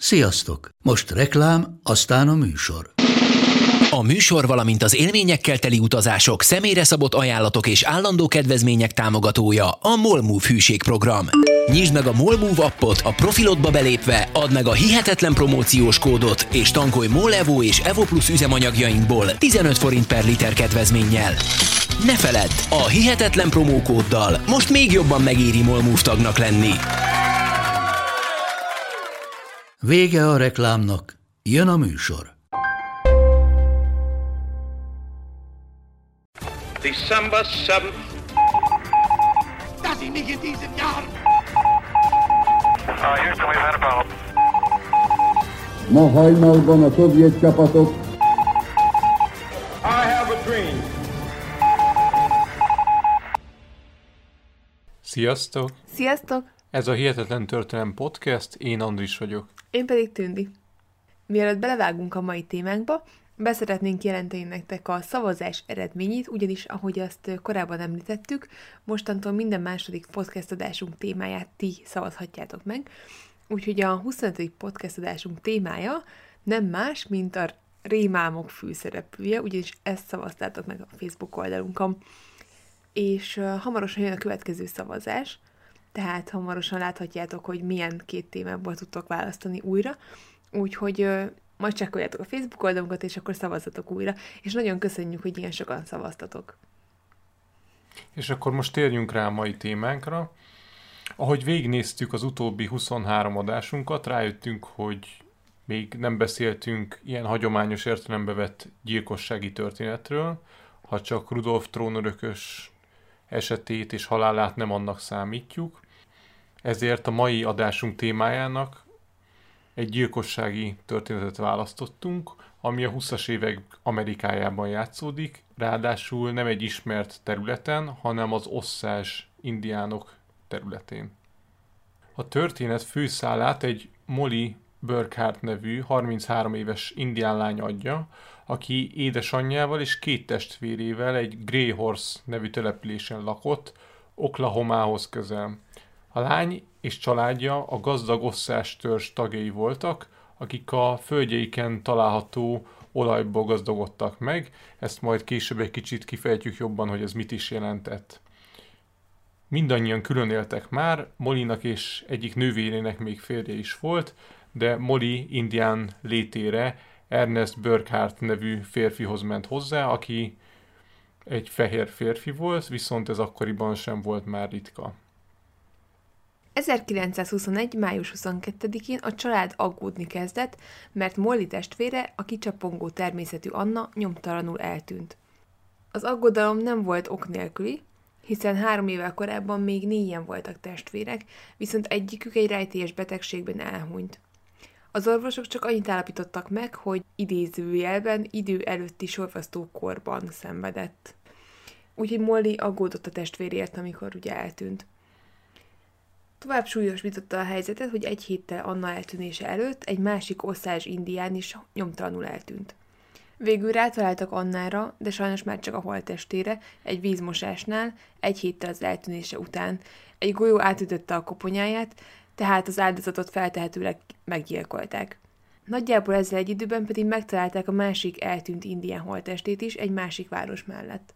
Sziasztok! Most reklám, aztán a műsor. A műsor, valamint az élményekkel teli utazások, személyre szabott ajánlatok és állandó kedvezmények támogatója a MOLMOVE hűségprogram. Nyisd meg a MOLMOVE appot, a profilodba belépve add meg a hihetetlen promóciós kódot, és tankolj MOL Evo és Evo Plus üzemanyagjainkból 15 forint per liter kedvezménnyel. Ne feledd, a hihetetlen promókóddal most még jobban megéri MOLMOVE tagnak lenni. Vége a reklámnak, jön a műsor. December 7th. Das ist nicht in diesem Jahr. Houston, we've had a problem. Ma hajnalban a szovjet csapatok I have a dream. Sziasztok! Sziasztok! Ez a Hihetetlen Történelem Podcast, én Andris vagyok. Én pedig Tündi. Mielőtt belevágunk a mai témánkba, beszeretnénk jelenteni nektek a szavazás eredményét, ugyanis, ahogy azt korábban említettük, mostantól minden második podcast adásunk témáját ti szavazhatjátok meg. Úgyhogy a 25. podcast adásunk témája nem más, mint a rémálmok főszereplője, ugyanis ezt szavaztátok meg a Facebook oldalunkon. És hamarosan jön a következő szavazás, tehát hamarosan láthatjátok, hogy milyen két témából tudtok választani újra, úgyhogy majd csekkoljátok a Facebook oldalunkat, és akkor szavazzatok újra, és nagyon köszönjük, hogy ilyen sokan szavaztatok. És akkor most térjünk rá a mai témánkra. Ahogy végignéztük az utóbbi 23 adásunkat, rájöttünk, hogy még nem beszéltünk ilyen hagyományos értelembe vett gyilkossági történetről, ha csak Rudolf trónörökös esetét és halálát nem annak számítjuk. Ezért a mai adásunk témájának egy gyilkossági történetet választottunk, ami a 20-as évek Amerikájában játszódik, ráadásul nem egy ismert területen, hanem az Osage indiánok területén. A történet főszálát egy Molly Burkhart nevű 33 éves indián lány adja, aki édesanyjával és két testvérével egy Grey Horse nevű településen lakott, Oklahomához közel. A lány és családja a gazdag Osage törzs tagjai voltak, akik a földjeiken található olajból gazdagodtak meg, ezt majd később egy kicsit kifejtjük jobban, hogy ez mit is jelentett. Mindannyian külön éltek már, Mollynak és egyik nővérének még férje is volt, de Molly indián létére Ernest Burkhart nevű férfihoz ment hozzá, aki egy fehér férfi volt, viszont ez akkoriban sem volt már ritka. 1921. május 22-én a család aggódni kezdett, mert Molly testvére, a kicsapongó természetű Anna nyomtalanul eltűnt. Az aggodalom nem volt ok nélküli, hiszen 3 évvel korábban még 4-en voltak testvérek, viszont egyikük egy rejtélyes betegségben elhunyt. Az orvosok csak annyit állapítottak meg, hogy idézőjelben idő előtti sorvasztó korban szenvedett. Úgyhogy Molly aggódott a testvérért, amikor ugye eltűnt. Tovább súlyosbította a helyzetet, hogy egy héttel Anna eltűnése előtt egy másik Osage indián is nyomtalanul eltűnt. Végül rátaláltak Annára, de sajnos már csak a holttestére, egy vízmosásnál, egy héttel az eltűnése után. Egy golyó átütötte a koponyáját, tehát az áldozatot feltehetőleg meggyilkolták. Nagyjából ezzel egy időben pedig megtalálták a másik eltűnt indián holttestét is egy másik város mellett.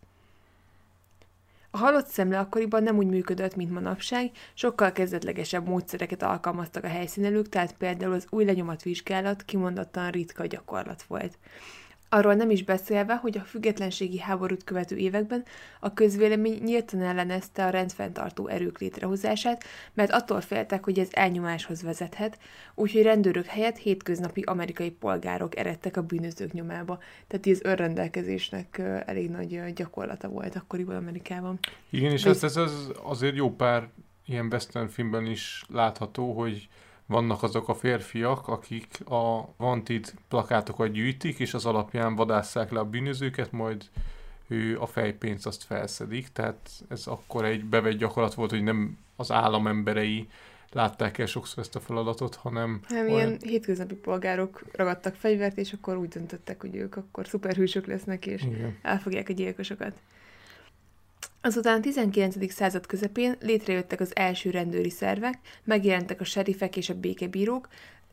A halott szemle akkoriban nem úgy működött, mint manapság, sokkal kezdetlegesebb módszereket alkalmaztak a helyszínelők, tehát például az új lenyomatvizsgálat kimondottan ritka gyakorlat volt. Arról nem is beszélve, hogy a függetlenségi háborút követő években a közvélemény nyíltan ellenezte a rendfenntartó erők létrehozását, mert attól féltek, hogy ez elnyomáshoz vezethet, úgyhogy rendőrök helyett hétköznapi amerikai polgárok eredtek a bűnözők nyomába. Tehát ez önrendelkezésnek elég nagy gyakorlata volt akkoriban Amerikában. Igen, és ez azért jó pár ilyen western filmben is látható, hogy vannak azok a férfiak, akik a wanted plakátokat gyűjtik, és az alapján vadásszák le a bűnözőket, majd ő a fejpénzt azt felszedik. Tehát ez akkor egy bevett gyakorlat volt, hogy nem az állam emberei látták el sokszor ezt a feladatot, hanem ilyen hétköznapi polgárok ragadtak fegyvert, és akkor úgy döntöttek, hogy ők akkor szuperhősök lesznek, és elfogják a gyilkosokat. Azután a 19. század közepén létrejöttek az első rendőri szervek, megjelentek a serifek és a békebírók,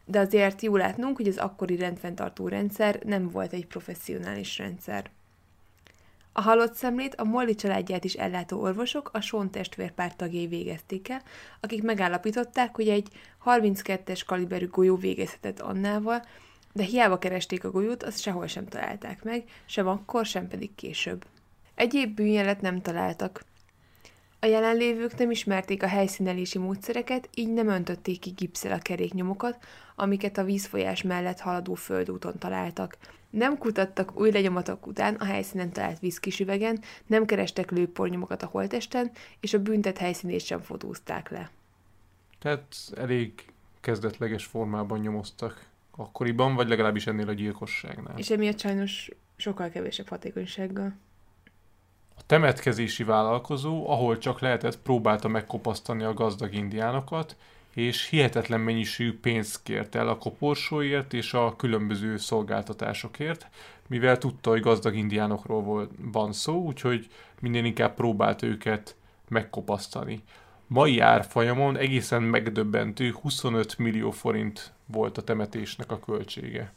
De azért jó látnunk, hogy az akkori rendfenntartó rendszer nem volt egy professzionális rendszer. A halott szemlét a Molly családját is ellátó orvosok a Sean testvérpár tagjai végezték el, akik megállapították, hogy egy 32-es kaliberű golyó végezhetett Annával, de hiába keresték a golyót, azt sehol sem találták meg, sem akkor, sem pedig később. Egyéb bűnjelet nem találtak. A jelenlévők nem ismerték a helyszínelési módszereket, így nem öntötték ki gipsszel a keréknyomokat, amiket a vízfolyás mellett haladó földúton találtak. Nem kutattak új lenyomatok után a helyszínen talált vízkisüvegen, nem kerestek lőpornyomokat a holtesten, és a bűntett helyszínét sem fotózták le. Tehát elég kezdetleges formában nyomoztak akkoriban, vagy legalábbis ennél a gyilkosságnál. És emiatt sajnos sokkal kevesebb hatékonysággal. A temetkezési vállalkozó, ahol csak lehetett, próbálta megkopasztani a gazdag indiánokat, és hihetetlen mennyiségű pénzt kért el a koporsóért és a különböző szolgáltatásokért, mivel tudta, hogy gazdag indiánokról van szó, úgyhogy minden inkább próbált őket megkopasztani. Mai árfolyamon egészen megdöbbentő 25 millió forint volt a temetésnek a költsége.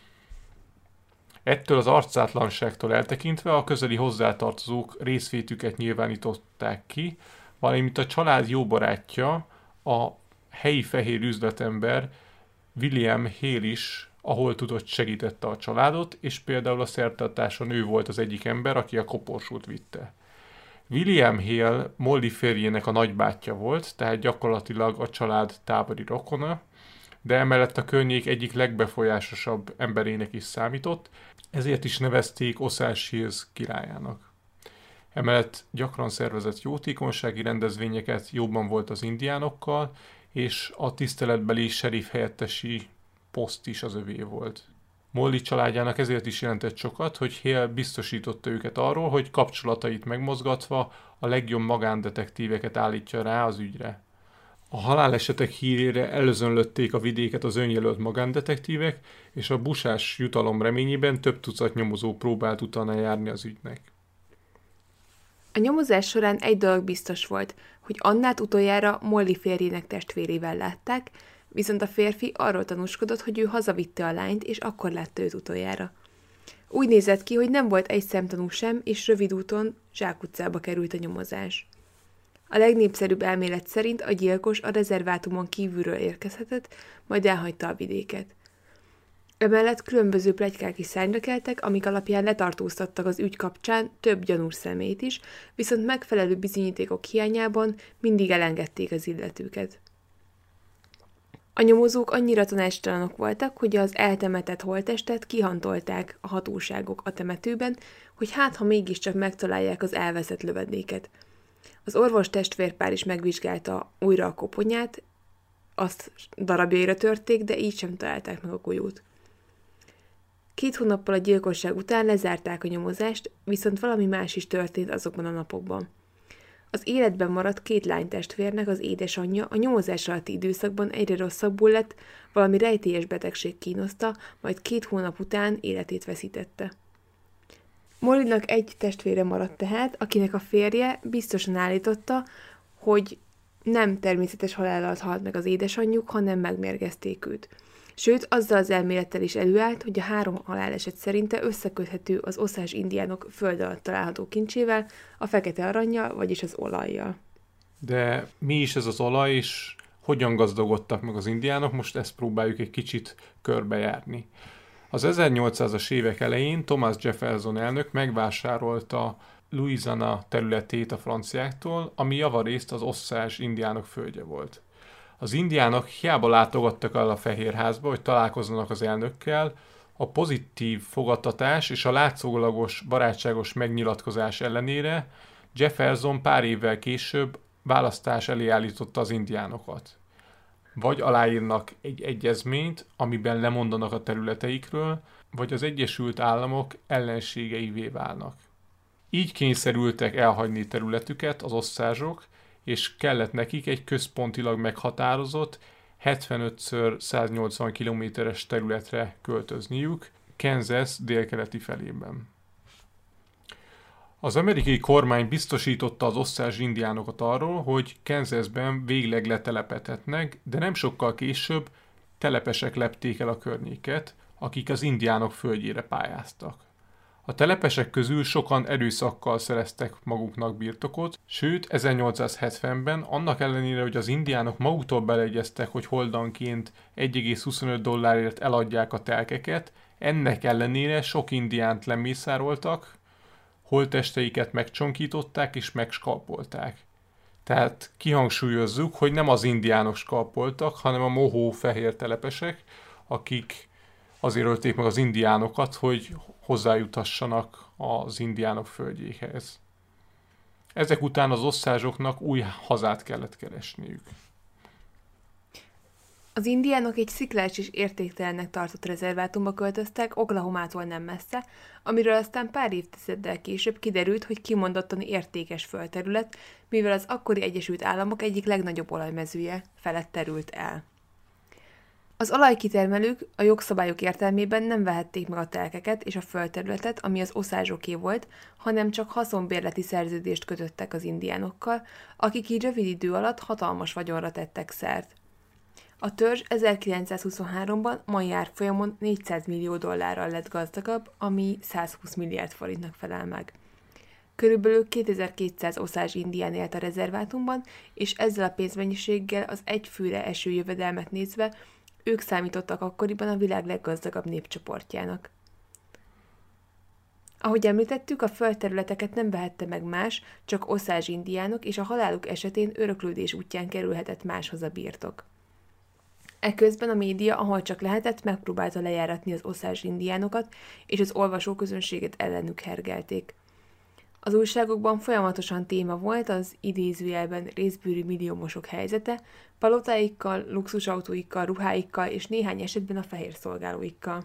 Ettől az arcátlanságtól eltekintve a közeli hozzátartozók részvétüket nyilvánították ki, valamint a család jó barátja, a helyi fehér üzletember William Hale is, ahol tudott, segítette a családot, és például a szertartáson ő volt az egyik ember, aki a koporsót vitte. William Hale Molly férjének a nagybátyja volt, tehát gyakorlatilag a család távoli rokona, de emellett a környék egyik legbefolyásosabb emberének is számított, ezért is nevezték Osage Hills királyának. Emellett gyakran szervezett jótékonysági rendezvényeket, jobban volt az indiánokkal, és a tiszteletbeli sheriff helyettesi poszt is az övé volt. Molly családjának ezért is jelentett sokat, hogy Hale biztosította őket arról, hogy kapcsolatait megmozgatva a legjobb magándetektíveket állítja rá az ügyre. A halálesetek hírére elözönlötték a vidéket az önjelölt magándetektívek, és a busás jutalom reményében több tucat nyomozó próbált utána járni az ügynek. A nyomozás során egy dolog biztos volt, hogy Annát utoljára Molly férjének testvérével látták, viszont a férfi arról tanúskodott, hogy ő hazavitte a lányt, és akkor látta őt utoljára. Úgy nézett ki, hogy nem volt egy szemtanú sem, és rövid úton zsákutcába került a nyomozás. A legnépszerűbb elmélet szerint a gyilkos a rezervátumon kívülről érkezhetett, majd elhagyta a vidéket. Emellett különböző pletykák is szárnyra keltek, amik alapján letartóztattak az ügy kapcsán több gyanús személyt is, viszont megfelelő bizonyítékok hiányában mindig elengedték az illetőket. A nyomozók annyira tanácstalanok voltak, hogy az eltemetett holttestet kihantolták a hatóságok a temetőben, hogy hát ha mégiscsak megtalálják az elveszett lövedéket. Az orvos testvérpár is megvizsgálta újra a koponyát, azt darabjaira törték, de így sem találták meg a golyót. 2 hónappal a gyilkosság után lezárták a nyomozást, viszont valami más is történt azokban a napokban. Az életben maradt 2 lánytestvérnek az édesanyja a nyomozás alatti időszakban egyre rosszabbul lett, valami rejtélyes betegség kínoszta, majd 2 hónap után életét veszítette. Mollynak egy testvére maradt tehát, akinek a férje biztosan állította, hogy nem természetes halállal halt meg az édesanyjuk, hanem megmérgezték őt. Sőt, azzal az elmélettel is előállt, hogy a 3 haláleset szerinte összeköthető az Osage indiánok föld alatt található kincsével, a fekete arannyal, vagyis az olajjal. De mi is ez az olaj, és hogyan gazdagodtak meg az indiánok? Most ezt próbáljuk egy kicsit körbejárni. Az 1800-as évek elején Thomas Jefferson elnök megvásárolta Louisiana területét a franciáktól, ami javarészt az Osage indiánok földje volt. Az indiánok hiába látogattak el a Fehérházba, hogy találkozzanak az elnökkel, a pozitív fogadtatás és a látszólagos barátságos megnyilatkozás ellenére Jefferson pár évvel később választás elé állította az indiánokat. Vagy aláírnak egy egyezményt, amiben lemondanak a területeikről, vagy az Egyesült Államok ellenségeivé válnak. Így kényszerültek elhagyni területüket az oszázsok, és kellett nekik egy központilag meghatározott 75x180 kilométeres területre költözniük, Kansas délkeleti felében. Az amerikai kormány biztosította az Osage indiánokat arról, hogy Kansasben végleg letelepedhetnek, de nem sokkal később telepesek lepték el a környéket, akik az indiánok földjére pályáztak. A telepesek közül sokan erőszakkal szereztek maguknak birtokot, sőt 1870-ben annak ellenére, hogy az indiánok maguktól beleegyeztek, hogy holdanként $1,25 eladják a telkeket, ennek ellenére sok indiánt lemészároltak, holttesteiket megcsonkították és megskalpolták. Tehát kihangsúlyozzuk, hogy nem az indiánok skalpoltak, hanem a mohó fehér telepesek, akik azért ölték meg az indiánokat, hogy hozzájutassanak az indiánok földjéhez. Ezek után az oszázsoknak új hazát kellett keresniük. Az indiánok egy sziklás és értéktelennek tartott rezervátumba költöztek Oklahomától nem messze, amiről aztán pár évtizeddel később kiderült, hogy kimondottan értékes földterület, mivel az akkori Egyesült Államok egyik legnagyobb olajmezője felett terült el. Az olajkitermelők a jogszabályok értelmében nem vehették meg a telkeket és a földterületet, ami az oszázsoké volt, hanem csak haszonbérleti szerződést kötöttek az indiánokkal, akik így rövid idő alatt hatalmas vagyonra tettek szert. A törzs 1923-ban mai árfolyamon $400 millió lett gazdagabb, ami 120 milliárd forintnak felel meg. Körülbelül 2200 oszázs indián élt a rezervátumban, és ezzel a pénzmennyiséggel az egy főre eső jövedelmet nézve ők számítottak akkoriban a világ leggazdagabb népcsoportjának. Ahogy említettük, a földterületeket nem vehette meg más, csak oszázs indiánok, és a haláluk esetén öröklődés útján kerülhetett máshoz a birtok. Eközben a média, ahol csak lehetett, megpróbálta lejáratni az oszázs indiánokat, és az olvasóközönséget ellenük hergelték. Az újságokban folyamatosan téma volt az idézőjelben részbőrű milliómosok helyzete, palotáikkal, luxusautóikkal, ruháikkal és néhány esetben a fehér szolgálóikkal.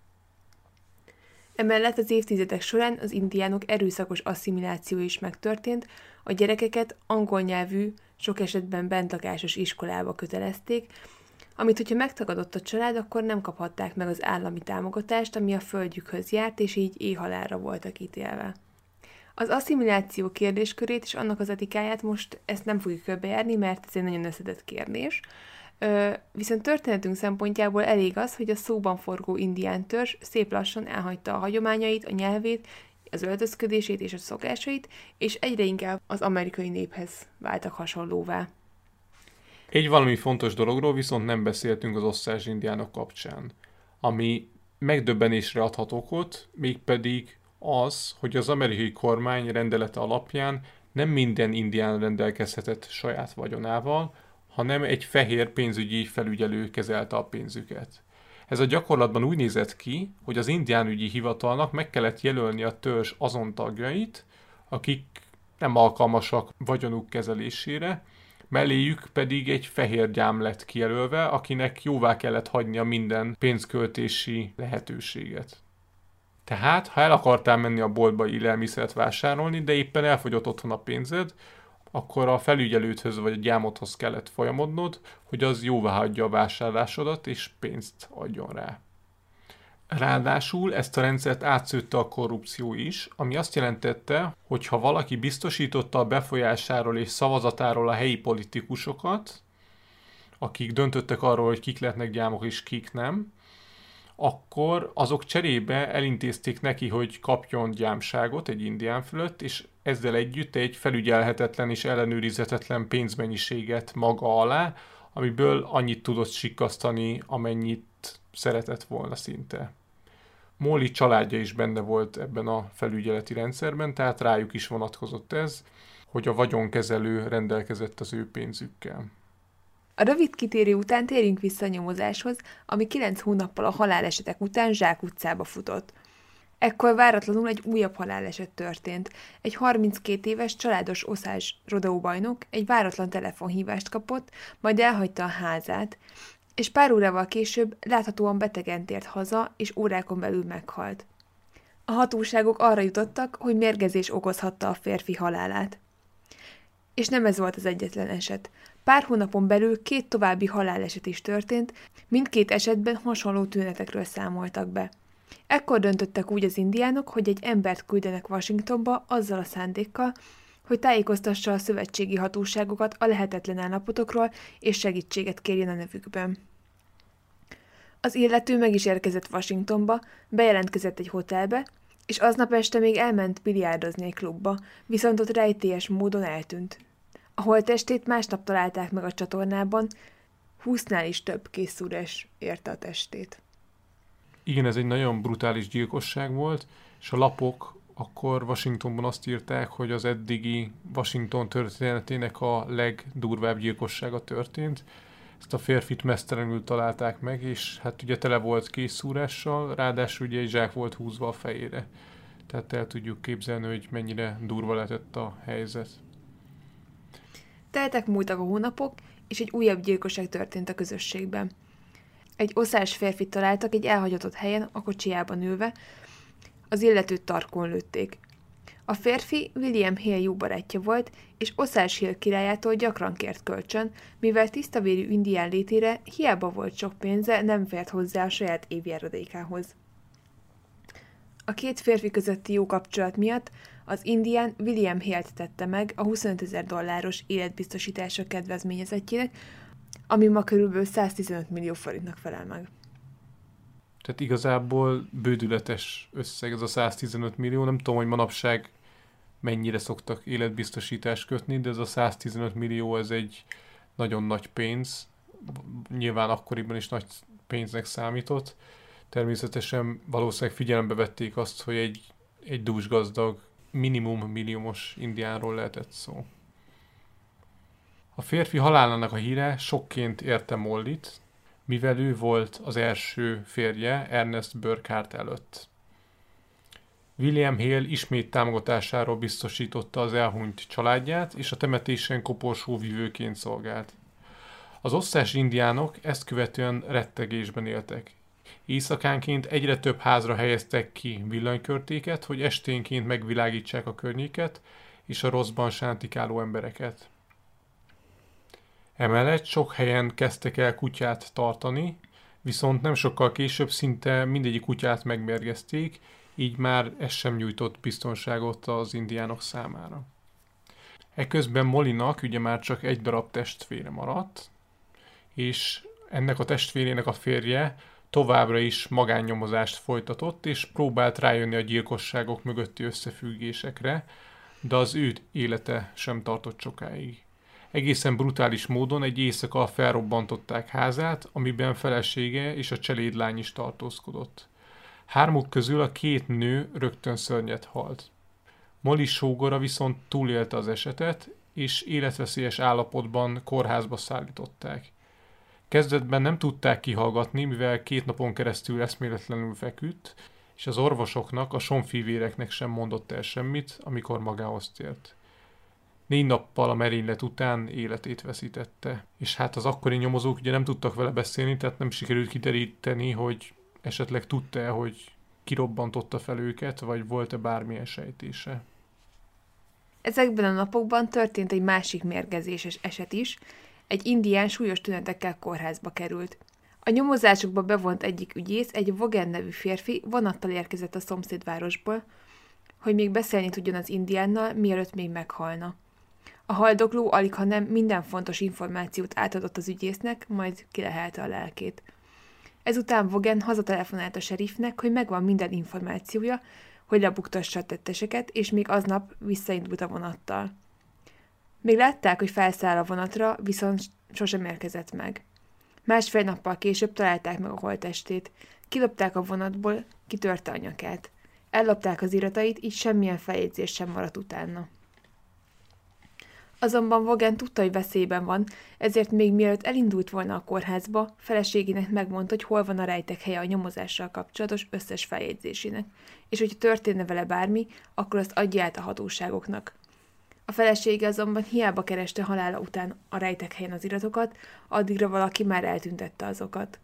Emellett az évtizedek során az indiánok erőszakos asszimilációja is megtörtént, a gyerekeket angol nyelvű, sok esetben bentlakásos iskolába kötelezték, amit hogyha megtagadott a család, akkor nem kaphatták meg az állami támogatást, ami a földjükhöz járt, és így éhhalálra voltak ítélve. Az asszimiláció kérdéskörét és annak az etikáját most ezt nem fogjuk körbejárni, mert ez egy nagyon összetett kérdés. Viszont történetünk szempontjából elég az, hogy a szóban forgó indián törzs szép lassan elhagyta a hagyományait, a nyelvét, az öltözködését és a szokásait, és egyre inkább az amerikai néphez váltak hasonlóvá. Egy valami fontos dologról viszont nem beszéltünk az oszázs indiánok kapcsán, ami megdöbbenésre adhat okot, mégpedig az, hogy az amerikai kormány rendelete alapján nem minden indián rendelkezhetett saját vagyonával, hanem egy fehér pénzügyi felügyelő kezelte a pénzüket. Ez a gyakorlatban úgy nézett ki, hogy az indiánügyi hivatalnak meg kellett jelölni a törzs azon tagjait, akik nem alkalmasak vagyonuk kezelésére, melléjük pedig egy fehér gyám lett kijelölve, akinek jóvá kellett hagynia minden pénzköltési lehetőséget. Tehát, ha el akartál menni a boltba élelmiszert vásárolni, de éppen elfogyott otthon a pénzed, akkor a felügyelődhöz vagy a gyámodhoz kellett folyamodnod, hogy az jóvá hagyja a vásárlásodat és pénzt adjon rá. Ráadásul ezt a rendszert átszőtte a korrupció is, ami azt jelentette, hogy ha valaki biztosította a befolyásáról és szavazatáról a helyi politikusokat, akik döntöttek arról, hogy kik lehetnek gyámok és kik nem, akkor azok cserébe elintézték neki, hogy kapjon gyámságot egy indián fölött, és ezzel együtt egy felügyelhetetlen és ellenőrizetetlen pénzmennyiséget maga alá, amiből annyit tudott sikkasztani, amennyit szeretett volna szinte. Molly családja is benne volt ebben a felügyeleti rendszerben, tehát rájuk is vonatkozott ez, hogy a vagyonkezelő rendelkezett az ő pénzükkel. A rövid kitérő után térjünk vissza a nyomozáshoz, ami 9 hónappal a halálesetek után zsákutcába futott. Ekkor váratlanul egy újabb haláleset történt. Egy 32 éves családos oszázs rodeóbajnok egy váratlan telefonhívást kapott, majd elhagyta a házát, és pár órával később láthatóan betegen tért haza, és órákon belül meghalt. A hatóságok arra jutottak, hogy mérgezés okozhatta a férfi halálát. És nem ez volt az egyetlen eset. Pár hónapon belül 2 további haláleset is történt, mindkét esetben hasonló tünetekről számoltak be. Ekkor döntöttek úgy az indiánok, hogy egy embert küldenek Washingtonba azzal a szándékkal, hogy tájékoztassa a szövetségi hatóságokat a lehetetlen állapotokról és segítséget kérjen a nevükben. Az illető meg is érkezett Washingtonba, bejelentkezett egy hotelbe, és aznap este még elment biliárdozni egy klubba, viszont ott rejtélyes módon eltűnt. A holttestét másnap találták meg a csatornában, 20-nál is több készszúrás érte a testét. Igen, ez egy nagyon brutális gyilkosság volt, és a lapok akkor Washingtonban azt írták, hogy az eddigi Washington történetének a legdurvább gyilkossága történt. Ezt a férfit meztelenül találták meg, és hát ugye tele volt készszúrással, ráadásul ugye egy zsák volt húzva a fejére. Tehát el tudjuk képzelni, hogy mennyire durva lehetett a helyzet. Teltek múltak a hónapok, és egy újabb gyilkosság történt a közösségben. Egy oszás férfit találtak egy elhagyatott helyen, a kocsijában ülve, az illetőt tarkón lőtték. A férfi William Hill jó barátja volt, és Osage Hill királyától gyakran kért kölcsön, mivel tisztavérű indián létére hiába volt sok pénze, nem fért hozzá a saját évjáradékához. A két férfi közötti jó kapcsolat miatt az indián William Hillt tette meg a $25,000 életbiztosítása kedvezményezettjének, ami ma körülbelül 115 millió forintnak felel meg. Tehát igazából bődületes összeg ez a 115 millió. Nem tudom, hogy manapság mennyire szoktak életbiztosítást kötni, de ez a 115 millió, ez egy nagyon nagy pénz. Nyilván akkoriban is nagy pénznek számított. Természetesen valószínűleg figyelembe vették azt, hogy egy dúsgazdag, minimum milliómos indiánról lehetett szó. A férfi halálának a híre sokként érte Mollyt, mivel ő volt az első férje Ernest Burkhardt előtt. William Hill ismét támogatásáról biztosította az elhunyt családját, és a temetésen koporsóvivőként szolgált. Az osztás indiánok ezt követően rettegésben éltek. Éjszakánként egyre több házra helyeztek ki villanykörtéket, hogy esténként megvilágítsák a környéket és a rosszban sántikáló embereket. Emellett sok helyen kezdtek el kutyát tartani, viszont nem sokkal később szinte mindegyik kutyát megmérgezték, így már ez sem nyújtott biztonságot az indiánok számára. Eközben Mollynak ugye már csak egy darab testvére maradt, és ennek a testvérének a férje továbbra is magánnyomozást folytatott, és próbált rájönni a gyilkosságok mögötti összefüggésekre, de az ő élete sem tartott sokáig. Egészen brutális módon egy éjszaka felrobbantották házát, amiben felesége és a cselédlány is tartózkodott. Hármuk közül a két nő rögtön szörnyet halt. Molly sógora viszont túlélte az esetet, és életveszélyes állapotban kórházba szállították. Kezdetben nem tudták kihallgatni, mivel 2 napon keresztül eszméletlenül feküdt, és az orvosoknak, a sonfivéreknek sem mondott el semmit, amikor magához tért. 4 nappal a merénylet után életét veszítette. És hát az akkori nyomozók ugye nem tudtak vele beszélni, tehát nem sikerült kideríteni, hogy esetleg tudta-e, hogy kirobbantotta fel őket, vagy volt-e bármilyen sejtése. Ezekben a napokban történt egy másik mérgezéses eset is, egy indián súlyos tünetekkel kórházba került. A nyomozásokba bevont egyik ügyész, egy Vaughan nevű férfi vonattal érkezett a szomszédvárosból, hogy még beszélni tudjon az indiánnal, mielőtt még meghalna. A haldokló alighanem minden fontos információt átadott az ügyésznek, majd kilehelte a lelkét. Ezután Vaughan hazatelefonált a seriffnek, hogy megvan minden információja, hogy lebuktassa a tetteseket, és még aznap visszaindult a vonattal. Még látták, hogy felszáll a vonatra, viszont sosem érkezett meg. 1,5 nappal később találták meg a holttestét. Kilopták a vonatból, kitörte a nyakát. Ellopták az iratait, így semmilyen feljegyzés sem maradt utána. Azonban Vaughan tudta, hogy veszélyben van, ezért még mielőtt elindult volna a kórházba, feleségének megmondta, hogy hol van a rejtekhelye a nyomozással kapcsolatos összes feljegyzésének, és hogyha történne vele bármi, akkor azt adja át a hatóságoknak. A felesége azonban hiába kereste halála után a rejtekhelyen az iratokat, addigra valaki már eltüntette azokat.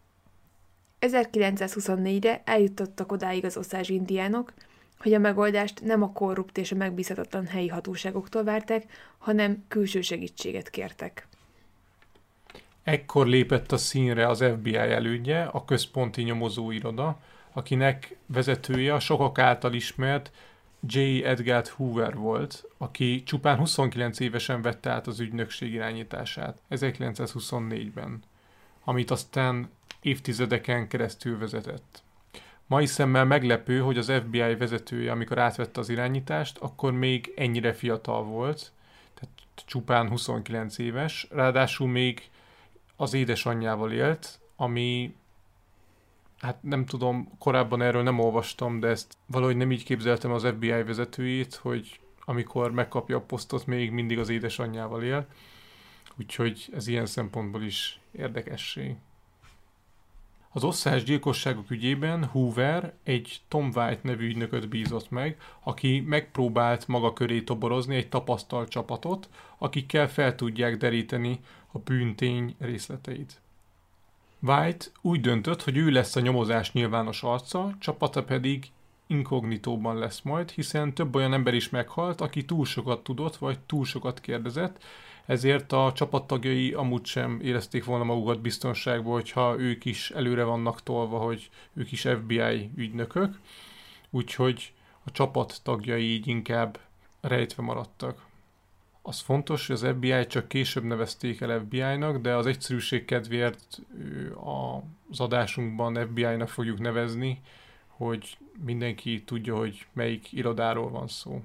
1924-re eljutottak odáig az Osage indiánok, hogy a megoldást nem a korrupt és a megbízhatatlan helyi hatóságoktól várták, hanem külső segítséget kértek. Ekkor lépett a színre az FBI elődje, a központi nyomozóiroda, akinek vezetője a sokak által ismert J. Edgar Hoover volt, aki csupán 29 évesen vette át az ügynökség irányítását 1924-ben, amit aztán évtizedeken keresztül vezetett. Mai szemmel meglepő, hogy az FBI vezetője, amikor átvette az irányítást, akkor még ennyire fiatal volt, tehát csupán 29 éves, ráadásul még az édesanyjával élt, ami, hát nem tudom, korábban erről nem olvastam, de ezt valahogy nem így képzeltem az FBI vezetőjét, hogy amikor megkapja a posztot, még mindig az édesanyjával él, úgyhogy ez ilyen szempontból is érdekessé. Az osztás gyilkosságok ügyében Hoover egy Tom White nevű ügynököt bízott meg, aki megpróbált maga köré toborozni egy tapasztalt csapatot, akikkel fel tudják deríteni a bűntény részleteit. White úgy döntött, hogy ő lesz a nyomozás nyilvános arca, csapata pedig inkognitóban lesz majd, hiszen több olyan ember is meghalt, aki túl sokat tudott, vagy túl sokat kérdezett, ezért a csapattagjai amúgy sem érezték volna magukat biztonságban, hogyha ők is előre vannak tolva, hogy ők is FBI ügynökök, úgyhogy a csapat tagjai így inkább rejtve maradtak. Az fontos, hogy az FBI csak később nevezték el FBI-nak, de az egyszerűség kedvéért az adásunkban FBI-nak fogjuk nevezni, hogy mindenki tudja, hogy melyik irodáról van szó.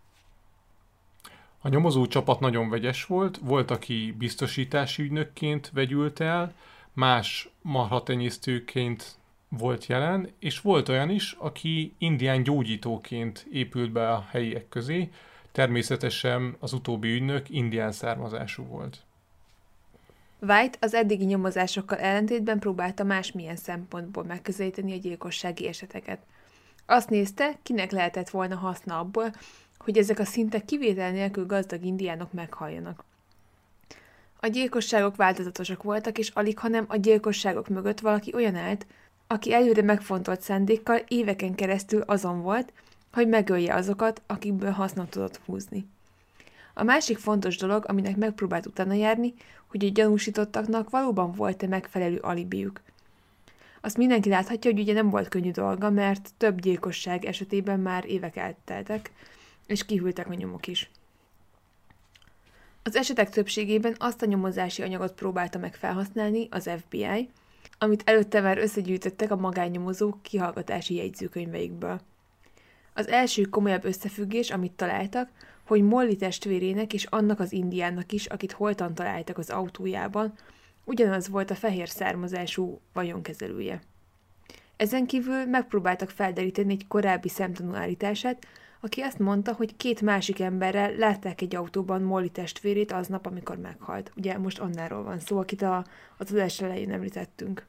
A nyomozó csapat nagyon vegyes volt, aki biztosítási ügynökként vegyült el, más marhatenyésztőként volt jelen, és volt olyan is, aki indián gyógyítóként épült be a helyiek közé, természetesen az utóbbi ügynök indián származású volt. White az eddigi nyomozásokkal ellentétben próbálta másmilyen szempontból megközelíteni a gyilkossági eseteket. Azt nézte, kinek lehetett volna haszna abból, hogy ezek a szinte kivétel nélkül gazdag indiánok meghalljanak. A gyilkosságok változatosak voltak, és alig, hanem a gyilkosságok mögött valaki olyan állt, aki előre megfontolt szándékkal éveken keresztül azon volt, hogy megölje azokat, akikből hasznot tudott húzni. A másik fontos dolog, aminek megpróbált utána járni, hogy a gyanúsítottaknak valóban volt-e megfelelő alibiük. Azt mindenki láthatja, hogy ugye nem volt könnyű dolga, mert több gyilkosság esetében már évek elteltek, és kihűltek a nyomok is. Az esetek többségében azt a nyomozási anyagot próbálta meg felhasználni az FBI, amit előtte már összegyűjtöttek a magánnyomozók kihallgatási jegyzőkönyveikből. Az első komolyabb összefüggés, amit találtak, hogy Molly testvérének és annak az indiánnak is, akit holtan találtak az autójában, ugyanaz volt a fehér származású vagyonkezelője. Ezen kívül megpróbáltak felderíteni egy korábbi szemtanú állítását, aki azt mondta, hogy két másik emberrel látták egy autóban Molly testvérét aznap, amikor meghalt. Ugye most Annáról van szó, akit az adás elején említettünk.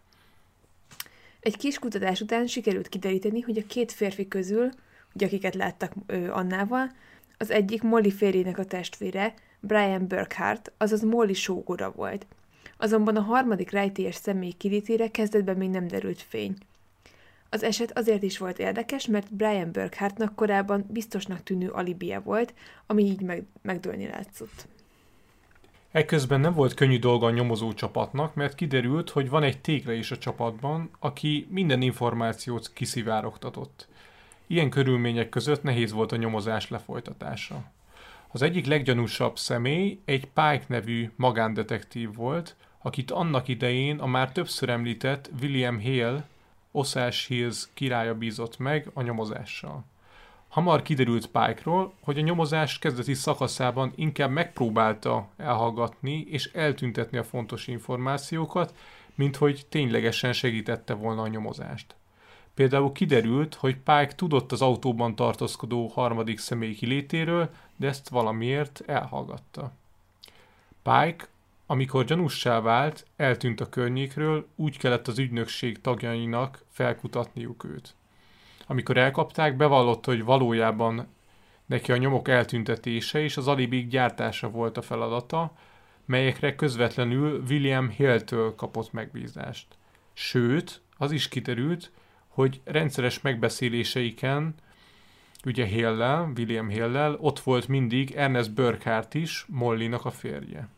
Egy kis kutatás után sikerült kideríteni, hogy a két férfi közül, ugye akiket láttak Annával, az egyik Molly férjének a testvére, Brian Burkhart, azaz Molly sógora volt. Azonban a harmadik rejtélyes személy kilétére kezdetben még nem derült fény. Az eset azért is volt érdekes, mert Brian Burkhartnak korábban biztosnak tűnő alibije volt, ami így megdőlni látszott. Ekközben nem volt könnyű dolga a nyomozó csapatnak, mert kiderült, hogy van egy tégla is a csapatban, aki minden információt kiszivárogtatott. Ilyen körülmények között nehéz volt a nyomozás lefolytatása. Az egyik leggyanúsabb személy egy Pike nevű magándetektív volt, akit annak idején a már többször említett William Hale, Osage Hills királya bízott meg a nyomozással. Hamar kiderült Pike-ról, hogy a nyomozás kezdeti szakaszában inkább megpróbálta elhallgatni és eltüntetni a fontos információkat, mint hogy ténylegesen segítette volna a nyomozást. Például kiderült, hogy Pike tudott az autóban tartózkodó harmadik személy kilétéről, de ezt valamiért elhallgatta. Pike, amikor gyanússá vált, eltűnt a környékről, úgy kellett az ügynökség tagjainak felkutatniuk őt. Amikor elkapták, bevallotta, hogy valójában neki a nyomok eltüntetése és az alibik gyártása volt a feladata, melyekre közvetlenül William Hale-től kapott megbízást. Sőt, az is kiderült, hogy rendszeres megbeszéléseiken, ugye Hale-lel, William Hale-lel, ott volt mindig Ernest Burkhart is, Mollynak a férje.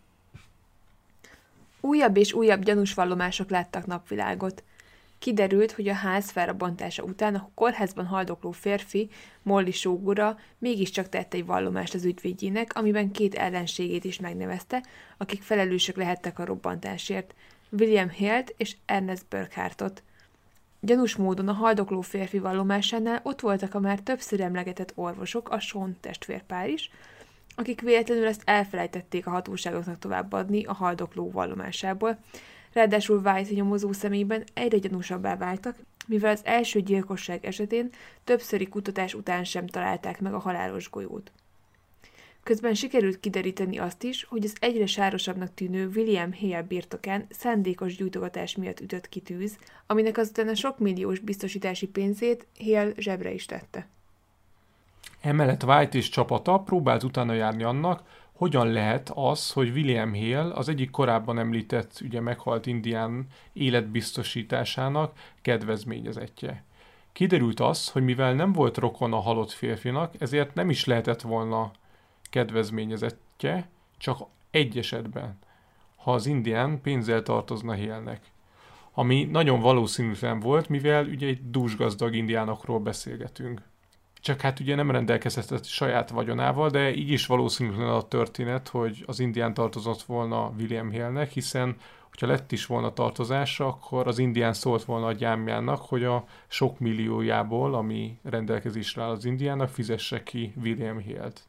Újabb és újabb gyanús vallomások láttak napvilágot. Kiderült, hogy a ház felrabbantása után a kórházban haldokló férfi, Molly sógora mégiscsak tett egy vallomást az ügyvédjének, amiben két ellenségét is megnevezte, akik felelősök lehettek a robbantásért. William Hale-t és Ernest Burkhardtot. Gyanús módon a haldokló férfi vallomásánál ott voltak a már többször emlegetett orvosok, a Shawn testvérpár is, akik véletlenül ezt elfelejtették a hatóságoknak továbbadni a haldokló vallomásából. Ráadásul White nyomozó személyben egyre gyanúsabbá váltak, mivel az első gyilkosság esetén többszöri kutatás után sem találták meg a halálos golyót. Közben sikerült kideríteni azt is, hogy az egyre sárosabbnak tűnő William Hale birtokán szándékos gyújtogatás miatt ütött ki tűz, aminek azután a sok milliós biztosítási pénzét Hale zsebre is tette. Emellett White és csapata próbált utána járni annak, hogyan lehet az, hogy William Hale az egyik korábban említett, ugye meghalt indián életbiztosításának kedvezményezettje. Kiderült az, hogy mivel nem volt rokon a halott férfinak, ezért nem is lehetett volna kedvezményezettje, csak egy esetben, ha az indián pénzzel tartozna Hale-nek. Ami nagyon valószínűtlen volt, mivel ugye egy dúsgazdag indiánokról beszélgetünk. Csak hát ugye nem rendelkezett saját vagyonával, de így is valószínűtlen a történet, hogy az indián tartozott volna William Hale-nek, hiszen hogyha lett is volna tartozása, akkor az indián szólt volna a gyámjának, hogy a sok milliójából, ami rendelkezésre áll az indiának, fizesse ki William Hale-t.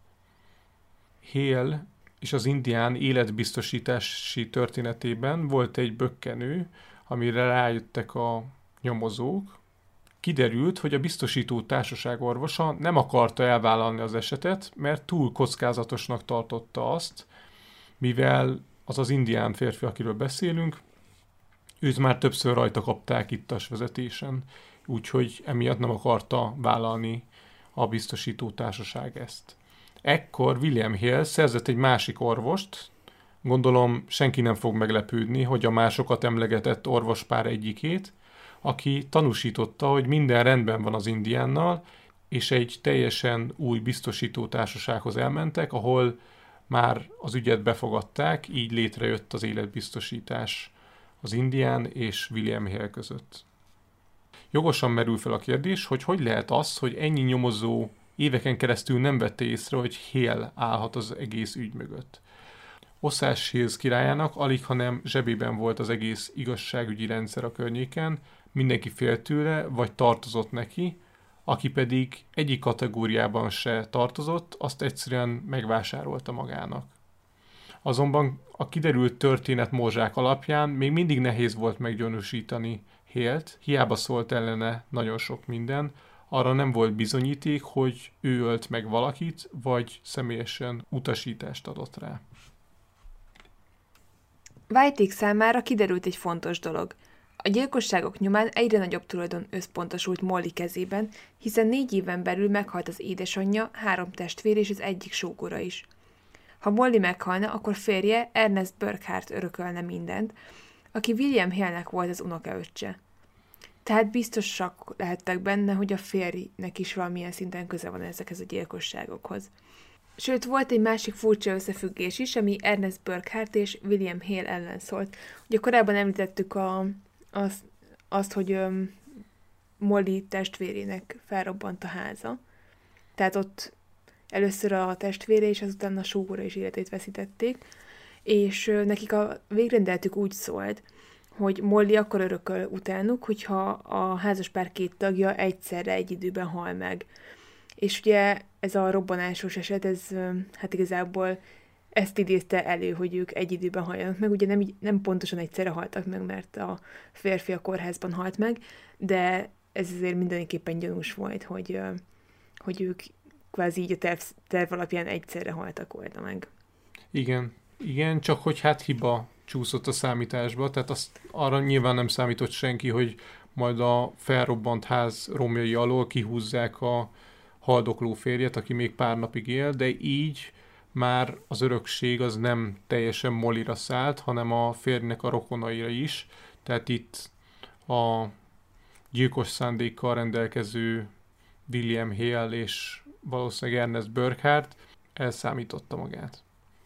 Hale és az indián életbiztosítási történetében volt egy bökkenő, amire rájöttek a nyomozók. Kiderült, hogy a biztosító társaság orvosa nem akarta elvállalni az esetet, mert túl kockázatosnak tartotta azt, mivel az az indián férfi, akiről beszélünk, őt már többször rajta kapták ittas vezetésen, úgyhogy emiatt nem akarta vállalni a biztosító társaság ezt. Ekkor William Hale szerzett egy másik orvost, gondolom senki nem fog meglepődni, hogy a másokat emlegetett orvospár egyikét, aki tanúsította, hogy minden rendben van az indiánnal, és egy teljesen új biztosító társasághoz elmentek, ahol már az ügyet befogadták, így létrejött az életbiztosítás az indián és William Hale között. Jogosan merül fel a kérdés, hogy lehet az, hogy ennyi nyomozó éveken keresztül nem vette észre, hogy Hale állhat az egész ügy mögött. Osage Hills királyának alighanem zsebében volt az egész igazságügyi rendszer a környéken, mindenki félt tőle, vagy tartozott neki, aki pedig egyik kategóriában se tartozott, azt egyszerűen megvásárolta magának. Azonban a kiderült történet morzsák alapján még mindig nehéz volt meggyanúsítani Hale-t, hiába szólt ellene nagyon sok minden, arra nem volt bizonyíték, hogy ő ölt meg valakit, vagy személyesen utasítást adott rá. White-ék számára kiderült egy fontos dolog. A gyilkosságok nyomán egyre nagyobb tulajdon összpontosult Molly kezében, hiszen 4 éven belül meghalt az édesanyja, 3 testvér és az egyik sógora is. Ha Molly meghalna, akkor férje Ernest Burkhard örökölne mindent, aki William Hale-nek volt az unokaöccse. Tehát biztosak lehettek benne, hogy a férjnek is valamilyen szinten köze van ezekhez a gyilkosságokhoz. Sőt, volt egy másik furcsa összefüggés is, ami Ernest Burkhard és William Hale ellen szólt. Ugye korábban említettük azt, hogy Molly testvérének felrobbant a háza. Tehát ott először a testvére és azután a sógora is életét veszítették, és nekik a végrendeletük úgy szólt, hogy Molly akkor örököl utánuk, hogyha a házaspár 2 tagja egyszerre egy időben hal meg. És ugye ez a robbanásos eset, ez hát igazából ezt idézte elő, hogy ők egy időben haljanak meg. Ugye nem pontosan egyszerre haltak meg, mert a férfi a kórházban halt meg, de ez azért mindenképpen gyanús volt, hogy ők kvázi így a terv alapján egyszerre haltak volna meg. Igen, csak hogy hát hiba csúszott a számításba, tehát arra nyilván nem számított senki, hogy majd a felrobbant ház romjai alól kihúzzák a haldokló férjet, aki még pár napig él, de így már az örökség az nem teljesen Mollyra szállt, hanem a férjnek a rokonaira is, tehát itt a gyilkos szándékkal rendelkező William Hale és valószínűleg Ernest Burkhard elszámította magát.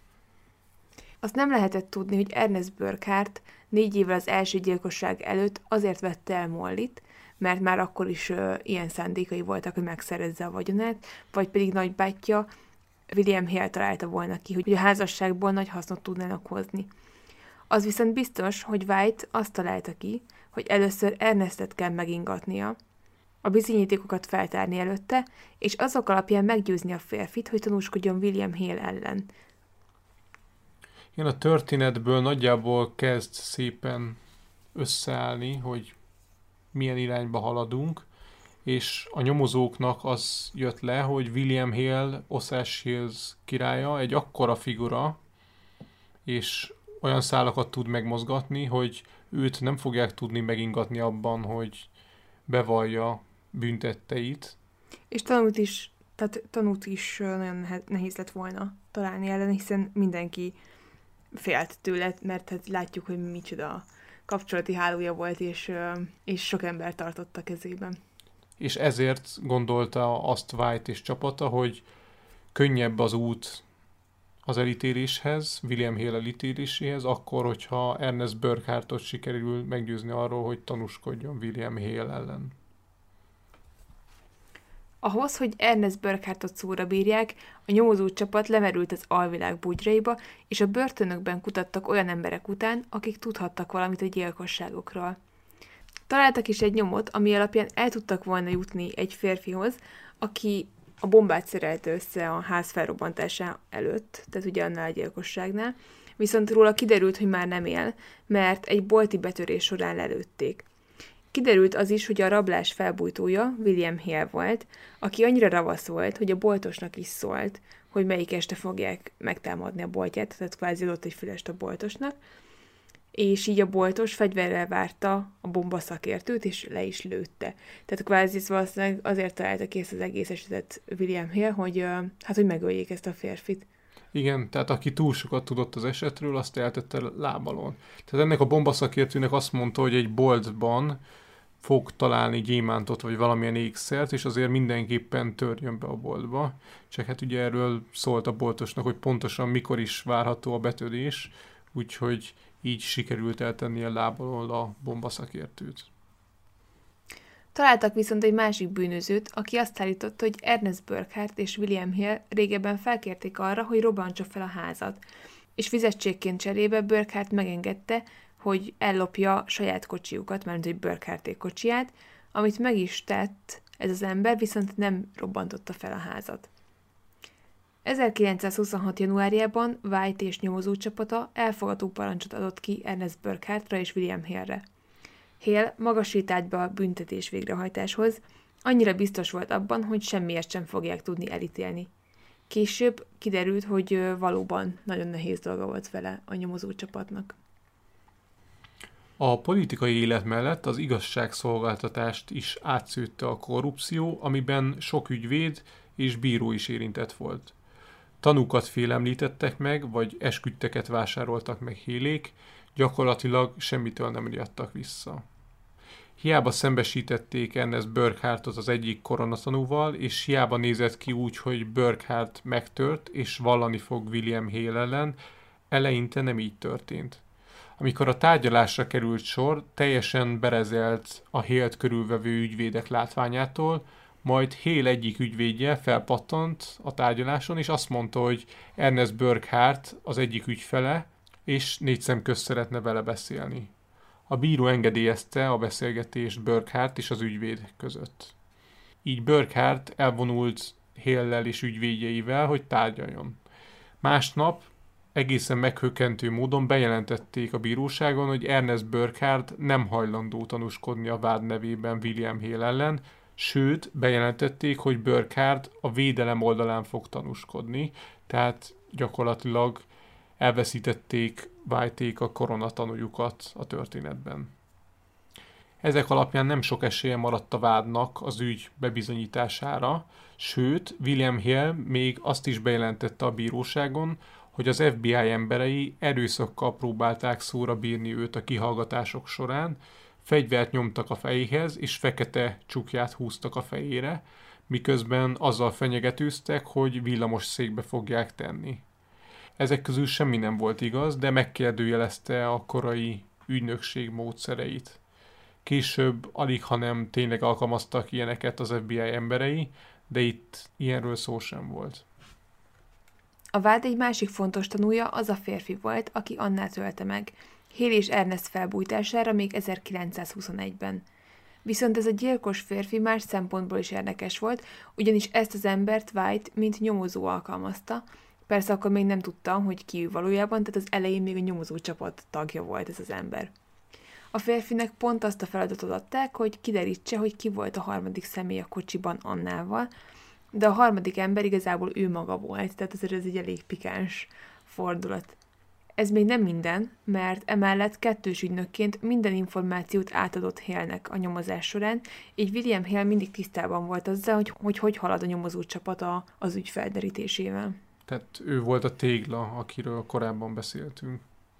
Azt nem lehetett tudni, hogy Ernest Burkhard 4 évvel az első gyilkosság előtt azért vette el Mollyt, mert már akkor is ilyen szándékai voltak, hogy megszerezze a vagyonát, vagy pedig nagybátyja William Hale találta volna ki, hogy a házasságból nagy hasznot tudnának hozni. Az viszont biztos, hogy White azt találta ki, hogy először Ernestet kell megingatnia, a bizonyítékokat feltárni előtte, és azok alapján meggyőzni a férfit, hogy tanúskodjon William Hale ellen. Igen, a történetből nagyjából kezd szépen összeállni, hogy milyen irányba haladunk, és a nyomozóknak az jött le, hogy William Hale, Osage Hills királya egy akkora figura, és olyan szálakat tud megmozgatni, hogy őt nem fogják tudni megingatni abban, hogy bevallja büntetteit. És tanút is nagyon nehéz lett volna találni ellen, hiszen mindenki félt tőle, mert hát látjuk, hogy micsoda kapcsolati hálója volt, és sok ember tartotta kezében. És ezért gondolta azt White és csapata, hogy könnyebb az út az elítéléshez, William Hale elítéléséhez, akkor, hogyha Ernest Burkhardtot sikerül meggyőzni arról, hogy tanúskodjon William Hale ellen. Ahhoz, hogy Ernest Burkhardtot szóra bírják, a nyomozó csapat lemerült az alvilág bugyraiba, és a börtönökben kutattak olyan emberek után, akik tudhattak valamit a gyilkosságokról. Találtak is egy nyomot, ami alapján el tudtak volna jutni egy férfihoz, aki a bombát szerelte össze a ház felrobbantása előtt, tehát ugye annál a gyilkosságnál, viszont róla kiderült, hogy már nem él, mert egy bolti betörés során lelőtték. Kiderült az is, hogy a rablás felbújtója William Hale volt, aki annyira ravasz volt, hogy a boltosnak is szólt, hogy melyik este fogják megtámadni a boltját, tehát kvázi adott egy fülest a boltosnak, és így a boltos fegyverrel várta a bomba szakértőt, és le is lőtte. Tehát kvázi valószínűleg azért találta ki ezt az egész esetet William Hale, hogy megöljék ezt a férfit. Igen, tehát aki túl sokat tudott az esetről, azt eltette lábalon. Tehát ennek a bombaszakértőnek azt mondta, hogy egy boltban fog találni gyémántot, vagy valamilyen ékszert, és azért mindenképpen törjön be a boltba. Csak hát ugye erről szólt a boltosnak, hogy pontosan mikor is várható a betörés, úgyhogy így sikerült eltenni a lábalól a bombaszakértőt. Találtak viszont egy másik bűnözőt, aki azt állította, hogy Ernest Burkhardt és William Hale régebben felkérték arra, hogy robbantsa fel a házat, és fizetségként cserébe Burkhardt megengedte, hogy ellopja saját kocsiukat, mert egy Burkhardték kocsiját, amit meg is tett ez az ember, viszont nem robbantotta fel a házat. 1926. januárjában White és nyomozócsapata elfogadó parancsot adott ki Ernest Burkhardtra és William Hale-re. Hale magas írt be a büntetés végrehajtáshoz, annyira biztos volt abban, hogy semmiért sem fogják tudni elítélni. Később kiderült, hogy valóban nagyon nehéz dolga volt vele a nyomozócsapatnak. A politikai élet mellett az igazságszolgáltatást is átszőtte a korrupció, amiben sok ügyvéd és bíró is érintett volt. Tanúkat félemlítettek meg, vagy esküdteket vásároltak meg Halék, gyakorlatilag semmitől nem riadtak vissza. Hiába szembesítették Ernest Burkhardtot az egyik koronatanúval, és hiába nézett ki úgy, hogy Burkhardt megtört, és vallani fog William Hale ellen, eleinte nem így történt. Amikor a tárgyalásra került sor, teljesen berezelt a Hale-t körülvevő ügyvédek látványától, majd Hale egyik ügyvédje felpattant a tárgyaláson, és azt mondta, hogy Ernest Burkhardt az egyik ügyfele, és 4 szem közt szeretne vele beszélni. A bíró engedélyezte a beszélgetést Burkhardt és az ügyvéd között. Így Burkhardt elvonult Hale-lel és ügyvédjeivel, hogy tárgyaljon. Másnap egészen meghökkentő módon bejelentették a bíróságon, hogy Ernest Burkhardt nem hajlandó tanúskodni a vád nevében William Hale ellen, sőt, bejelentették, hogy Burkhardt a védelem oldalán fog tanúskodni, tehát gyakorlatilag elveszítették White-ék a koronatanújukat a történetben. Ezek alapján nem sok esélye maradt a vádnak az ügy bebizonyítására, sőt, William Hale még azt is bejelentette a bíróságon, hogy az FBI emberei erőszakkal próbálták szóra bírni őt a kihallgatások során, fegyvert nyomtak a fejéhez, és fekete csukját húztak a fejére, miközben azzal fenyegetőztek, hogy villamos székbe fogják tenni. Ezek közül semmi nem volt igaz, de megkérdőjelezte a korai ügynökség módszereit. Később alighanem tényleg alkalmaztak ilyeneket az FBI emberei, de itt ilyenről szó sem volt. A vád egy másik fontos tanúja az a férfi volt, aki Annát ölte meg, Hale és Ernest felbújtására még 1921-ben. Viszont ez a gyilkos férfi más szempontból is érdekes volt, ugyanis ezt az embert White mint nyomozó alkalmazta. Persze akkor még nem tudtam, hogy ki ő valójában, tehát az elején még a nyomozó csapat tagja volt ez az ember. A férfinek pont azt a feladatot adták, hogy kiderítse, hogy ki volt a harmadik személy a kocsiban Annával, de a harmadik ember igazából ő maga volt, tehát azért ez egy elég pikáns fordulat. Ez még nem minden, mert emellett kettős ügynökként minden információt átadott Hale-nek a nyomozás során, így William Hale mindig tisztában volt azzal, hogy halad a nyomozó csapata az ügy felderítésével. Tehát ő volt a tégla, akiről korábban beszéltünk.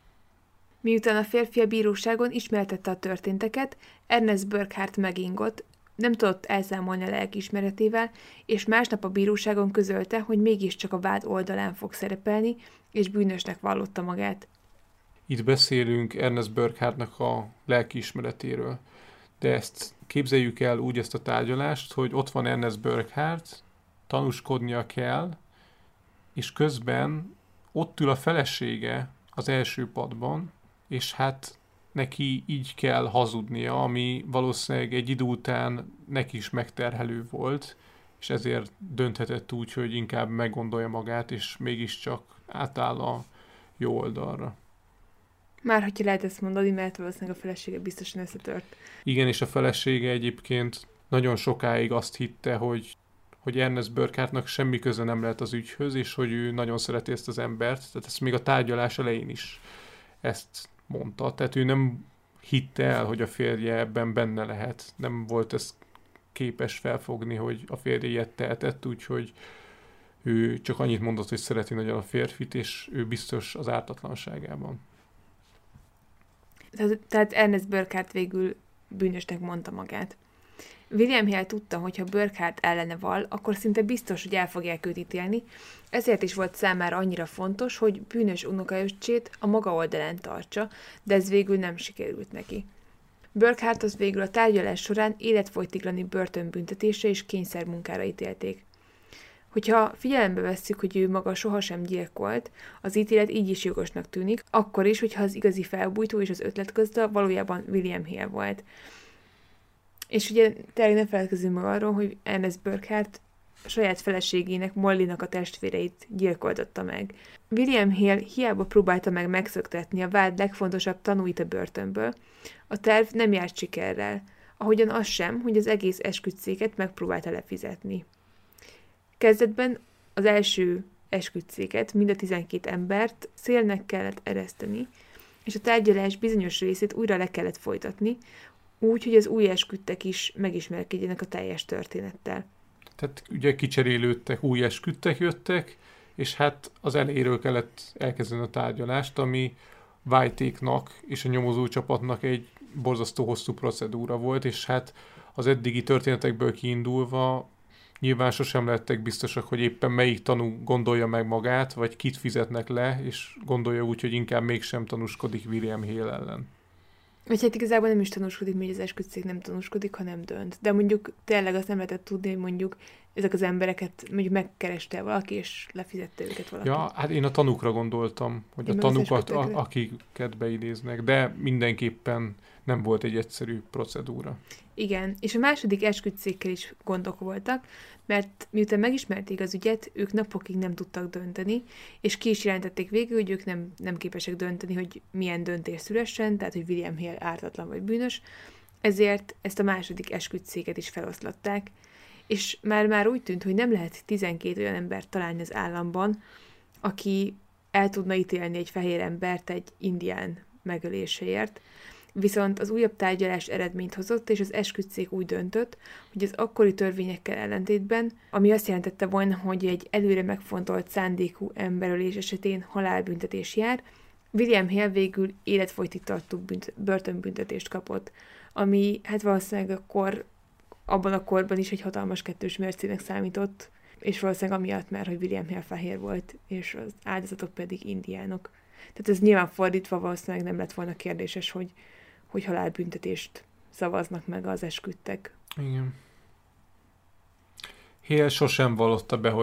Miután a férfi a bíróságon ismertette a történteket, Ernest Burkhardt megingott, nem tudott elszámolni a lelkiismeretével, és másnap a bíróságon közölte, hogy mégiscsak a vád oldalán fog szerepelni, és bűnösnek vallotta magát. Itt beszélünk Ernest Burkhardtnak a lelkiismeretéről, de ezt képzeljük el úgy ezt a tárgyalást, hogy ott van Ernest Burkhardt, tanúskodnia kell, és közben ott ül a felesége az első padban, és hát neki így kell hazudnia, ami valószínűleg egy idő után neki is megterhelő volt, és ezért dönthetett úgy, hogy inkább meggondolja magát, és mégiscsak átáll a jó oldalra. Már hogyha lehet ezt mondani, mert valószínűleg a felesége biztosan összetört. Igen, és a felesége egyébként nagyon sokáig azt hitte, hogy Ernest Burkhardtnak semmi köze nem lehet az ügyhöz, és hogy ő nagyon szereti ezt az embert, tehát ezt még a tárgyalás elején is ezt mondta. Tehát ő nem hitte el, hogy a férje ebben benne lehet. Nem volt ez képes felfogni, hogy a férje ilyet tehetett, úgyhogy ő csak annyit mondott, hogy szereti nagyon a férfit, és ő biztos az ártatlanságában. Tehát Ernest Burkhardt végül bűnösnek mondta magát. William Hale tudta, hogy ha Burkhardt ellene vall, akkor szinte biztos, hogy el fogják őt ítélni, ezért is volt számára annyira fontos, hogy bűnös unokaöccsét a maga oldalán tartsa, de ez végül nem sikerült neki. Burkhardtot végül a tárgyalás során életfogytiglani börtönbüntetésre és kényszermunkára ítélték. Hogyha figyelembe vesszük, hogy ő maga sohasem gyilkolt, az ítélet így is jogosnak tűnik, akkor is, hogyha az igazi felbújtó és az ötletgazda valójában William Hale volt. És ugye tényleg ne feledkezzünk meg arról, hogy Ernest Burkhardt saját feleségének, Mollynak a testvéreit gyilkoltatta meg. William Hale hiába próbálta meg megszöktetni a vád legfontosabb tanúit a börtönből, a terv nem járt sikerrel, ahogyan az sem, hogy az egész esküdtszéket megpróbálta lefizetni. Kezdetben az első esküdtszéket, mind a 12 embert szélnek kellett ereszteni, és a tárgyalás bizonyos részét újra le kellett folytatni, úgy, hogy az új esküdtek is megismerkedjenek a teljes történettel. Tehát ugye kicserélődtek, új esküdtek jöttek, és hát az elejéről kellett elkezdeni a tárgyalást, ami White-éknak és a nyomozó csapatnak egy borzasztó hosszú procedúra volt, és hát az eddigi történetekből kiindulva nyilván sosem lettek biztosak, hogy éppen melyik tanú gondolja meg magát, vagy kit fizetnek le, és gondolja úgy, hogy inkább mégsem tanúskodik William Hale ellen. Vagy hát igazából nem is tanúskodik, hogy az esküdtszék nem tanúskodik, hanem dönt. De mondjuk tényleg azt nem lehetett tudni, hogy mondjuk ezek az embereket mondjuk megkereste valaki, és lefizette őket valaki. Ja, hát én a tanúkra gondoltam, hogy a tanúkat, akiket beidéznek, de mindenképpen nem volt egy egyszerű procedúra. Igen, és a második esküdtszékkel is gondok voltak, mert miután megismerték az ügyet, ők napokig nem tudtak dönteni, és ki is jelentették végül, hogy ők nem képesek dönteni, hogy milyen döntés szülessen, tehát hogy William Hale ártatlan vagy bűnös, ezért ezt a második esküdtszéket is feloszlatták, és már úgy tűnt, hogy nem lehet 12 olyan embert találni az államban, aki el tudna ítélni egy fehér embert egy indián megöléséért, viszont az újabb tárgyalás eredményt hozott, és az esküdtszék úgy döntött, hogy az akkori törvényekkel ellentétben, ami azt jelentette volna, hogy egy előre megfontolt szándékú emberölés esetén halálbüntetés jár, William Hale végül életfogytig tartó börtönbüntetést kapott, ami hát valószínűleg akkor, abban a korban is egy hatalmas kettős mércének számított, és valószínűleg amiatt már, hogy William Hale fehér volt, és az áldozatok pedig indiánok. Tehát ez nyilván fordítva valószínűleg nem lett volna kérdéses, hogy halálbüntetést szavaznak meg az esküdtek. Igen. Hale sosem vallotta be, hogy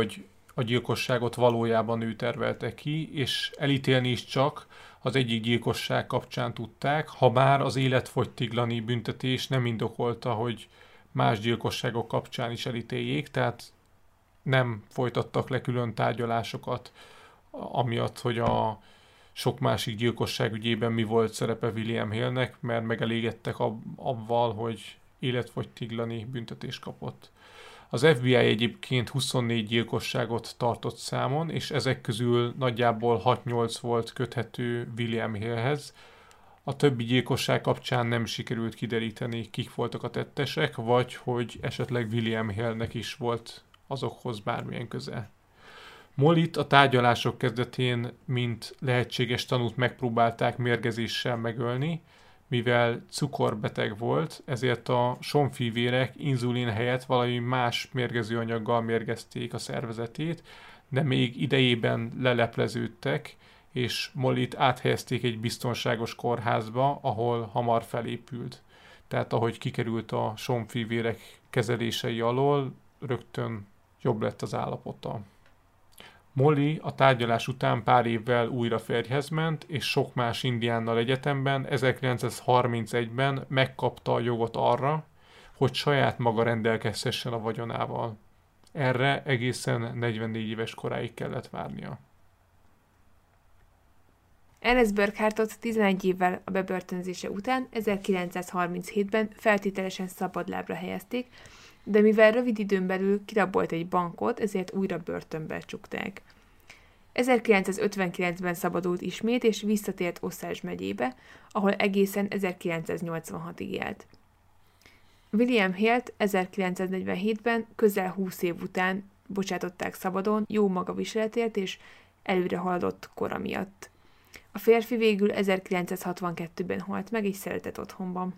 a gyilkosságot valójában ő tervelte ki, és elítélni is csak az egyik gyilkosság kapcsán tudták, ha bár az életfogytiglani büntetés nem indokolta, hogy más gyilkosságok kapcsán is elítéljék, tehát nem folytattak le külön tárgyalásokat, amiatt, hogy a sok másik gyilkosság ügyében mi volt szerepe William Hale-nek, mert megelégedtek avval, hogy életfogytiglani büntetést kapott. Az FBI egyébként 24 gyilkosságot tartott számon, és ezek közül nagyjából 6-8 volt köthető William Halehez. A többi gyilkosság kapcsán nem sikerült kideríteni, kik voltak a tettesek, vagy hogy esetleg William Hale-nek is volt azokhoz bármilyen köze. Mollyt a tárgyalások kezdetén, mint lehetséges tanút megpróbálták mérgezéssel megölni, mivel cukorbeteg volt, ezért a sonfivérek inzulin helyett valami más mérgezőanyaggal mérgezték a szervezetét, de még idejében lelepleződtek, és Mollyt áthelyezték egy biztonságos kórházba, ahol hamar felépült. Tehát ahogy kikerült a sonfivérek kezelései alól, rögtön jobb lett az állapota. Molly a tárgyalás után pár évvel újra férjhez ment, és sok más indiánnal egyetemben 1931-ben megkapta a jogot arra, hogy saját maga rendelkezhessen a vagyonával. Erre egészen 44 éves koráig kellett várnia. Ernest Burkhardtot 11 évvel a bebörtönzése után 1937-ben feltételesen szabadlábra helyezték, de mivel rövid időn belül kirabolt egy bankot, ezért újra börtönbe csukták. 1959-ben szabadult ismét, és visszatért Osage megyébe, ahol egészen 1986-ig élt. William Hale-t 1947-ben közel 20 év után bocsátották szabadon jó magaviseletért és előre haladott kora miatt. A férfi végül 1962-ben halt meg egy szeretett otthonban.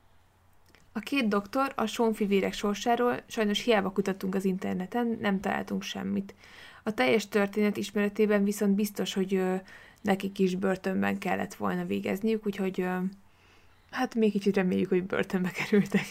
A két doktor a sonfivérek sorsáról sajnos hiába kutattunk az interneten, nem találtunk semmit. A teljes történet ismeretében viszont biztos, hogy nekik is börtönben kellett volna végezniük, úgyhogy hát még kicsit reméljük, hogy börtönbe kerültek.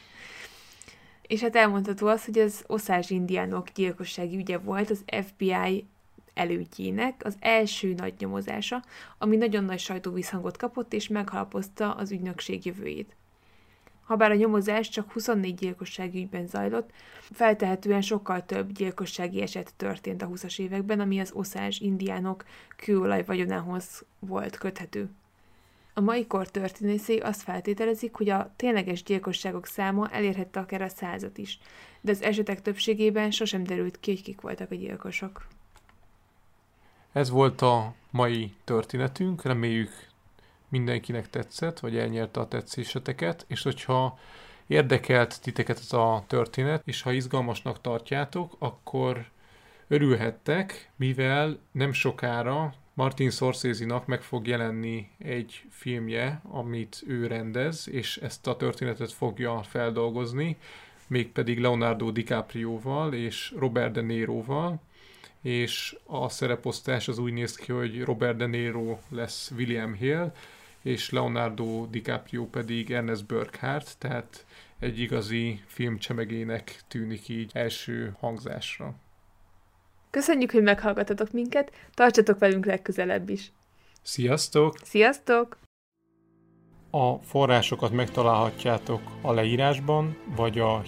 És hát elmondható az, hogy az Osage indiánok gyilkossági ügye volt az FBI elődjének az első nagy nyomozása, ami nagyon nagy sajtóvízhangot kapott és meghalapozta az ügynökség jövőjét. Habár a nyomozás csak 24 gyilkossági ügyben zajlott, feltehetően sokkal több gyilkossági eset történt a 20-as években, ami az Osage indiánok kőolaj vagyonához volt köthető. A mai kor történészei azt feltételezik, hogy a tényleges gyilkosságok száma elérhette akár a 100-at is, de az esetek többségében sosem derült ki, hogy kik voltak a gyilkosok. Ez volt a mai történetünk, reméljük mindenkinek tetszett, vagy elnyerte a tetszéseteket, és hogyha érdekelt titeket ez a történet, és ha izgalmasnak tartjátok, akkor örülhettek, mivel nem sokára Martin Scorsese-nak meg fog jelenni egy filmje, amit ő rendez, és ezt a történetet fogja feldolgozni, mégpedig Leonardo DiCaprioval és Robert De Niroval, és a szereposztás az úgy néz ki, hogy Robert De Niro lesz William Hale, és Leonardo DiCaprio pedig Ernest Burkhardt, tehát egy igazi filmcsemegének tűnik így első hangzásra. Köszönjük, hogy meghallgatatok minket, tartsatok velünk legközelebb is. Sziasztok! Sziasztok! A forrásokat megtalálhatjátok a leírásban, vagy a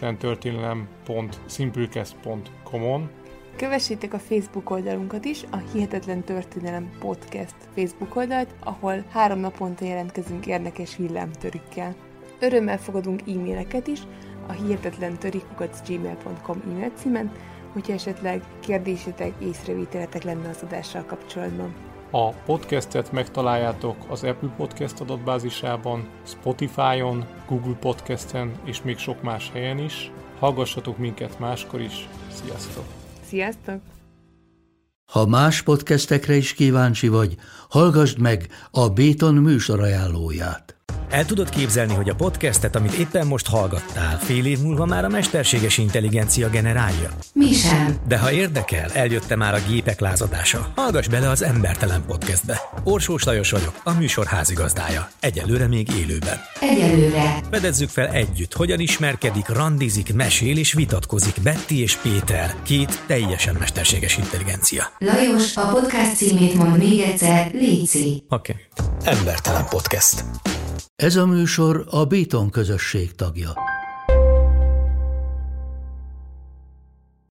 hihetetlentörténelem.simplecast.com-on. Kövessétek a Facebook oldalunkat is, a Hihetetlen Történelem Podcast Facebook oldalt, ahol 3 naponta jelentkezünk érdekes villámtörükkel. Örömmel fogadunk e-maileket is a hihetetlentörik@gmail.com e-mail címen, hogyha esetleg kérdésetek, észrevételetek lenne az adással kapcsolatban. A podcastet megtaláljátok az Apple Podcast adatbázisában, Spotify-on, Google Podcasten és még sok más helyen is. Hallgassatok minket máskor is. Sziasztok! Sziasztok! Ha más podcastekre is kíváncsi vagy, hallgassd meg a Béton műsor ajánlóját. El tudod képzelni, hogy a podcastet, amit éppen most hallgattál, fél év múlva már a mesterséges intelligencia generálja? Mi sem. De ha érdekel, eljött már a gépek lázadása. Hallgass bele az Embertelen Podcastbe. Orsós Lajos vagyok, a műsor házigazdája. Egyelőre még élőben. Egyelőre. Fedezzük fel együtt, hogyan ismerkedik, randizik, mesél és vitatkozik Betty és Péter, két teljesen mesterséges intelligencia. Lajos, a podcast címét mond még egyszer, léci. Oké. Embertelen Podcast. Ez a műsor a Béton közösség tagja.